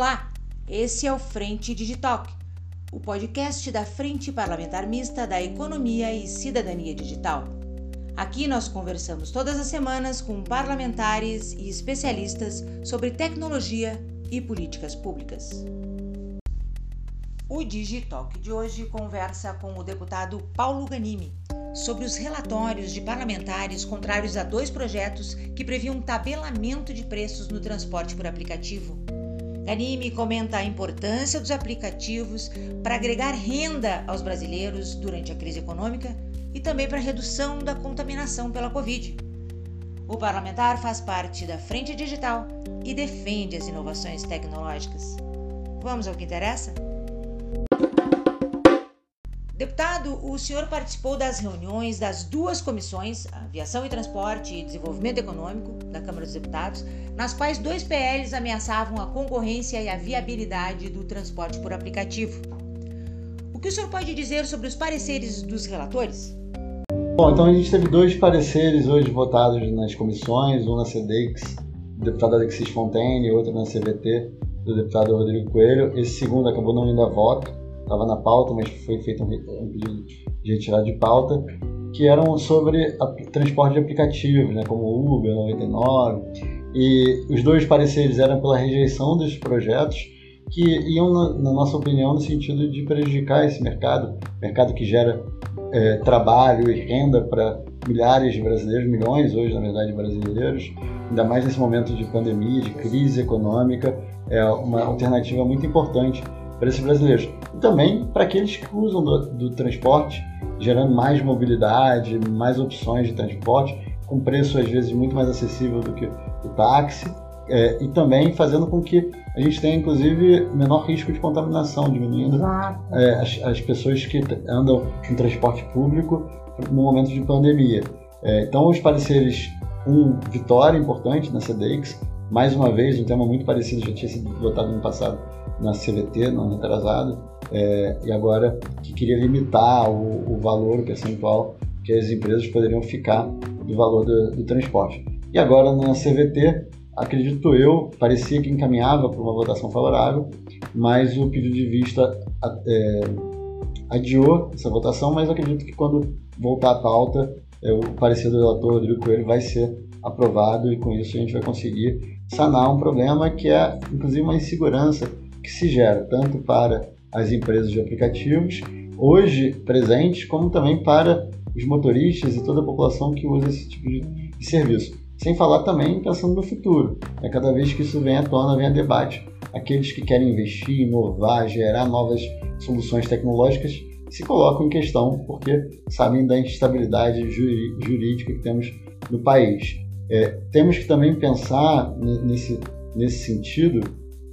Olá, esse é o Frente Digitalk, o podcast da Frente Parlamentar Mista da Economia e Cidadania Digital. Aqui nós conversamos todas as semanas com parlamentares e especialistas sobre tecnologia e políticas públicas. O Digitalk de hoje conversa com o deputado Paulo Ganimi sobre os relatórios de parlamentares contrários a 2 projetos que previam um tabelamento de preços no transporte por aplicativo. Ganimi comenta a importância dos aplicativos para agregar renda aos brasileiros durante a crise econômica e também para a redução da contaminação pela Covid. O parlamentar faz parte da Frente Digital e defende as inovações tecnológicas. Vamos ao que interessa? Deputado, o senhor participou das reuniões das 2 comissões, Aviação e Transporte e Desenvolvimento Econômico, da Câmara dos Deputados, nas quais 2 PLs ameaçavam a concorrência e a viabilidade do transporte por aplicativo. O que o senhor pode dizer sobre os pareceres dos relatores? Bom, então a gente teve 2 pareceres hoje votados nas comissões, um na CEDEX, do deputado Alexis Fontaine, e outro na CVT, do deputado Rodrigo Coelho. Esse segundo acabou não indo a voto. Estava na pauta, mas foi feito um pedido de retirada de pauta, que eram sobre transporte de aplicativos, né, como o Uber, 99, e os 2 pareceres eram pela rejeição desses projetos, que iam, na nossa opinião, no sentido de prejudicar esse mercado que gera trabalho e renda para milhares de brasileiros, milhões hoje, na verdade, de brasileiros, ainda mais nesse momento de pandemia, de crise econômica, é uma alternativa muito importante para esses brasileiros. E também para aqueles que usam do transporte, gerando mais mobilidade, mais opções de transporte, com preço às vezes muito mais acessível do que o táxi, e também fazendo com que a gente tenha, inclusive, menor risco de contaminação, diminuindo as pessoas que andam em transporte público no momento de pandemia. Então, os pareceres, vitória importante na CEDEX, mais uma vez, um tema muito parecido, já tinha sido votado no passado na CVT, no ano atrasado, e agora que queria limitar o valor, o percentual que as empresas poderiam ficar do valor do transporte. E agora na CVT, acredito eu, parecia que encaminhava para uma votação favorável, mas o pedido de vista adiou essa votação, mas acredito que quando voltar à pauta, o parecer do relator Rodrigo Coelho vai ser aprovado e com isso a gente vai conseguir sanar um problema que é, inclusive, uma insegurança que se gera tanto para as empresas de aplicativos, hoje presentes, como também para os motoristas e toda a população que usa esse tipo de serviço. Sem falar também pensando no futuro. Cada vez que isso vem à tona, vem a debate. Aqueles que querem investir, inovar, gerar novas soluções tecnológicas se colocam em questão porque sabem da instabilidade jurídica que temos no país. Temos que também pensar nesse sentido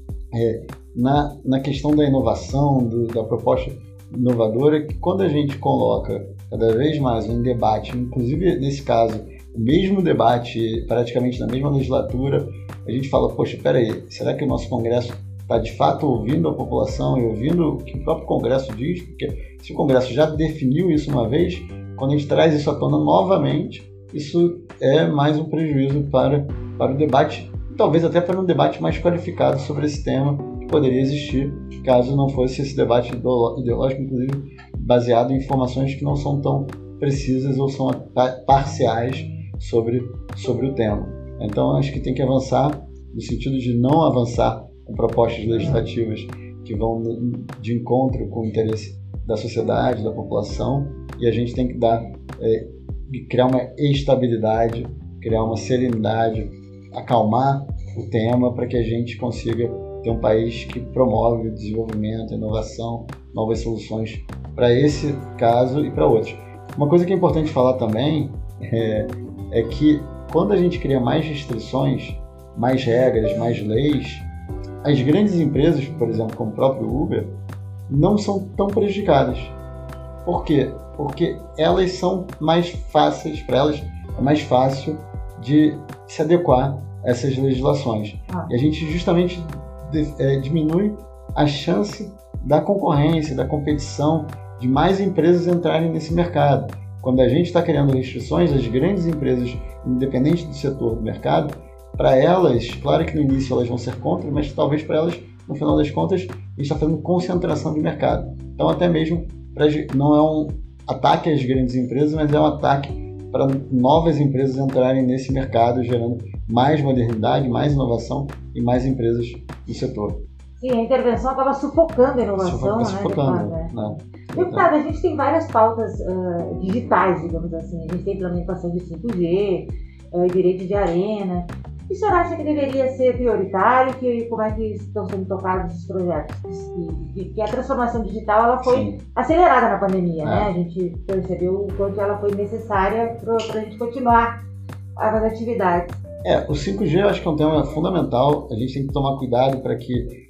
na questão da inovação, da proposta inovadora, que quando a gente coloca cada vez mais um debate, inclusive nesse caso, o mesmo debate praticamente na mesma legislatura, a gente fala, poxa, peraí, será que o nosso Congresso está de fato ouvindo a população e ouvindo o que o próprio Congresso diz? Porque se o Congresso já definiu isso uma vez, quando a gente traz isso à tona novamente, isso é mais um prejuízo para o debate, talvez até para um debate mais qualificado sobre esse tema que poderia existir caso não fosse esse debate ideológico, inclusive baseado em informações que não são tão precisas ou são parciais sobre o tema. Então, acho que tem que avançar no sentido de não avançar com propostas legislativas que vão de encontro com o interesse da sociedade, da população, e a gente tem que criar uma estabilidade, criar uma serenidade, acalmar o tema para que a gente consiga ter um país que promove o desenvolvimento, a inovação, novas soluções para esse caso e para outros. Uma coisa que é importante falar também é que quando a gente cria mais restrições, mais regras, mais leis, as grandes empresas, por exemplo, como o próprio Uber, não são tão prejudicadas. Por quê? Porque elas são mais fáceis, para elas é mais fácil de se adequar a essas legislações. E a gente justamente diminui a chance da concorrência, da competição, de mais empresas entrarem nesse mercado. Quando a gente está criando restrições, as grandes empresas, independente do setor do mercado, para elas, claro que no início elas vão ser contra, mas talvez para elas no final das contas, a gente está fazendo concentração de mercado. Então, até mesmo, não é um ataque às grandes empresas, mas é um ataque para novas empresas entrarem nesse mercado, gerando mais modernidade, mais inovação e mais empresas no setor. Sim, a intervenção acaba sufocando a inovação, sufocando, né? Deputado, a gente tem várias pautas digitais, digamos assim. A gente tem implementação de 5G, direito de arena. E o senhor acha que deveria ser prioritário? Como é que estão sendo tocados esses projetos? Que a transformação digital ela foi acelerada na pandemia, né? A gente percebeu o quanto ela foi necessária para a gente continuar as atividades. O 5G eu acho que é um tema fundamental. A gente tem que tomar cuidado para que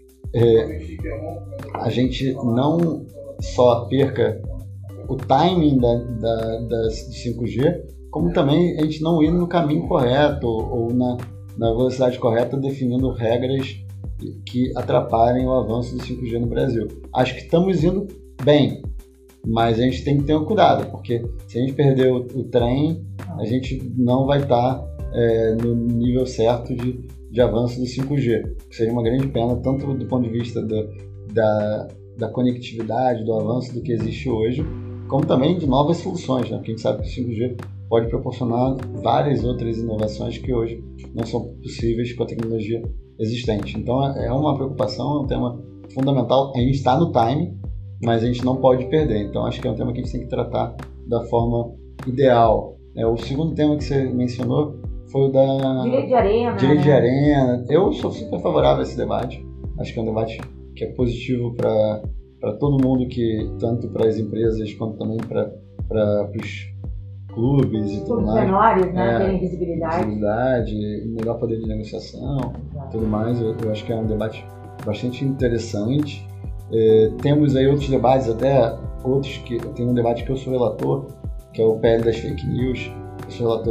a gente não só perca o timing do 5G, como também a gente não ir no caminho correto ou na velocidade correta, definindo regras que atrapalhem o avanço do 5G no Brasil. Acho que estamos indo bem, mas a gente tem que ter um cuidado, porque se a gente perder o trem, a gente não vai estar no nível certo de avanço do 5G, que seria uma grande pena, tanto do ponto de vista da conectividade, do avanço do que existe hoje, como também de novas soluções, né? Porque a gente sabe que o 5G pode proporcionar várias outras inovações que hoje não são possíveis com a tecnologia existente. Então é uma preocupação, é um tema fundamental. A gente está no time, mas a gente não pode perder. Então acho que é um tema que a gente tem que tratar da forma ideal. O segundo tema que você mencionou foi o da Direito de Arena. Eu sou super favorável a esse debate. Acho que é um debate que é positivo para todo mundo, tanto para as empresas quanto também para os clubes e tudo mais. Os menores, né? Terem Visibilidade, melhor poder de negociação, tudo mais. Eu acho que é um debate bastante interessante. Temos aí outros debates, até outros que... Tem um debate que eu sou relator, que é o PL das Fake News. Eu sou relator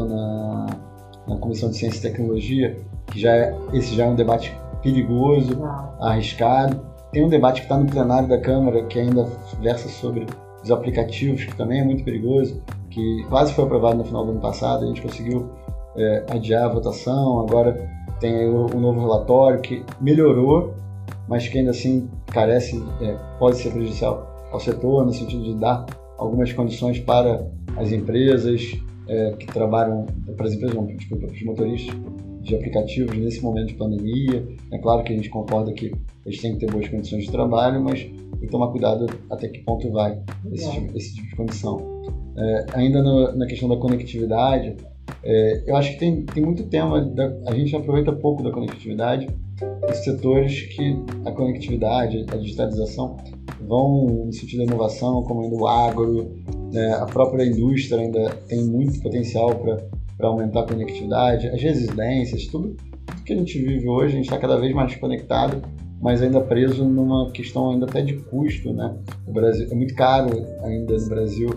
na Comissão de Ciência e Tecnologia, que esse já é um debate perigoso, arriscado. Tem um debate que está no plenário da Câmara, que ainda versa sobre os aplicativos, que também é muito perigoso, que quase foi aprovado no final do ano passado. A gente conseguiu adiar a votação. Agora tem aí o novo relatório, que melhorou, mas que ainda assim pode ser prejudicial ao setor, no sentido de dar algumas condições para as empresas que trabalham, para as empresas, para os motoristas de aplicativos nesse momento de pandemia. É claro que a gente concorda que eles têm que ter boas condições de trabalho, mas tem que tomar cuidado até que ponto vai esse tipo de condição. Ainda na questão da conectividade, eu acho que tem muito tema, a gente aproveita pouco da conectividade, os setores que a conectividade, a digitalização vão no sentido da inovação, como ainda o agro, a própria indústria ainda tem muito potencial para aumentar a conectividade, as residências, tudo que a gente vive hoje, a gente está cada vez mais conectado, mas ainda preso numa questão ainda até de custo, né? O Brasil é muito caro ainda no Brasil,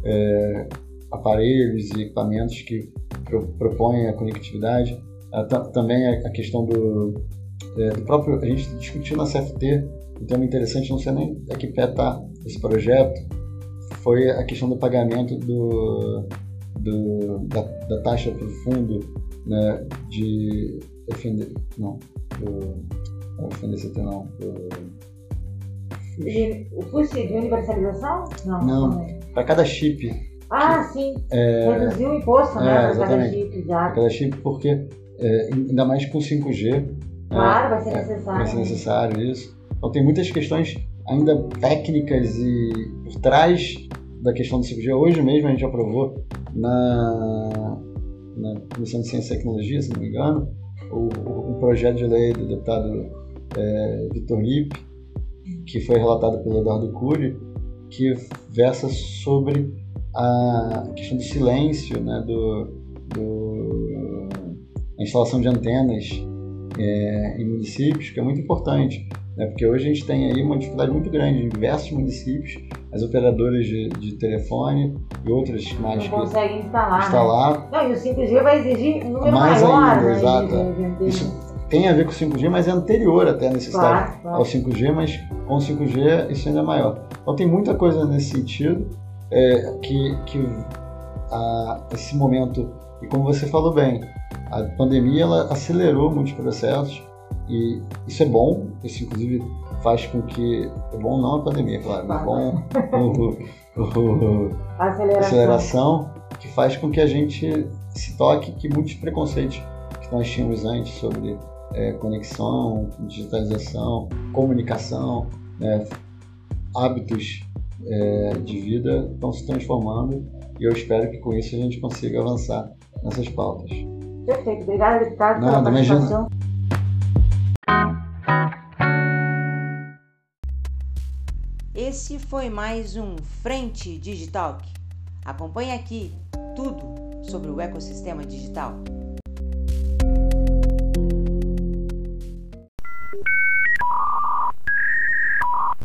aparelhos e equipamentos que propõem a conectividade. Também a questão do próprio, a gente discutiu na CFT, um tema interessante, não sei nem a que pé está esse projeto, foi a questão do pagamento da taxa para o fundo, né, de FNDCT não. O FUST de universalização? Não, para cada chip. Sim. Reduziu o imposto, né? Para cada chip, já. Para cada chip, porque ainda mais com 5G. Claro, vai ser necessário. Vai ser necessário isso. Então tem muitas questões ainda técnicas e por trás da questão do 5G. Hoje mesmo a gente aprovou na Comissão de Ciência e Tecnologia, se não me engano, um projeto de lei do deputado Vitor Lippe, que foi relatado pelo Eduardo Cury, que versa sobre a questão do silêncio, né, a instalação de antenas em municípios, que é muito importante, né, porque hoje a gente tem aí uma dificuldade muito grande em diversos municípios, as operadoras de telefone e outras mais não conseguem instalar. Né? Não, e o 5G vai exigir um número mais maior, ainda, né? Exato. Isso tem a ver com o 5G, mas é anterior até a necessidade ao 5G, mas com o 5G isso ainda é maior. Então tem muita coisa nesse sentido, que esse momento, e como você falou bem, a pandemia ela acelerou muitos processos, E isso é bom, isso inclusive faz com que... É bom não a pandemia, claro, mas é bom a aceleração, que faz com que a gente se toque que muitos preconceitos que nós tínhamos antes sobre conexão, digitalização, comunicação, hábitos de vida estão se transformando, e eu espero que com isso a gente consiga avançar nessas pautas. Perfeito, obrigada, deputado, pela participação. Esse foi mais um Frente Digitalk. Acompanhe aqui tudo sobre o ecossistema digital.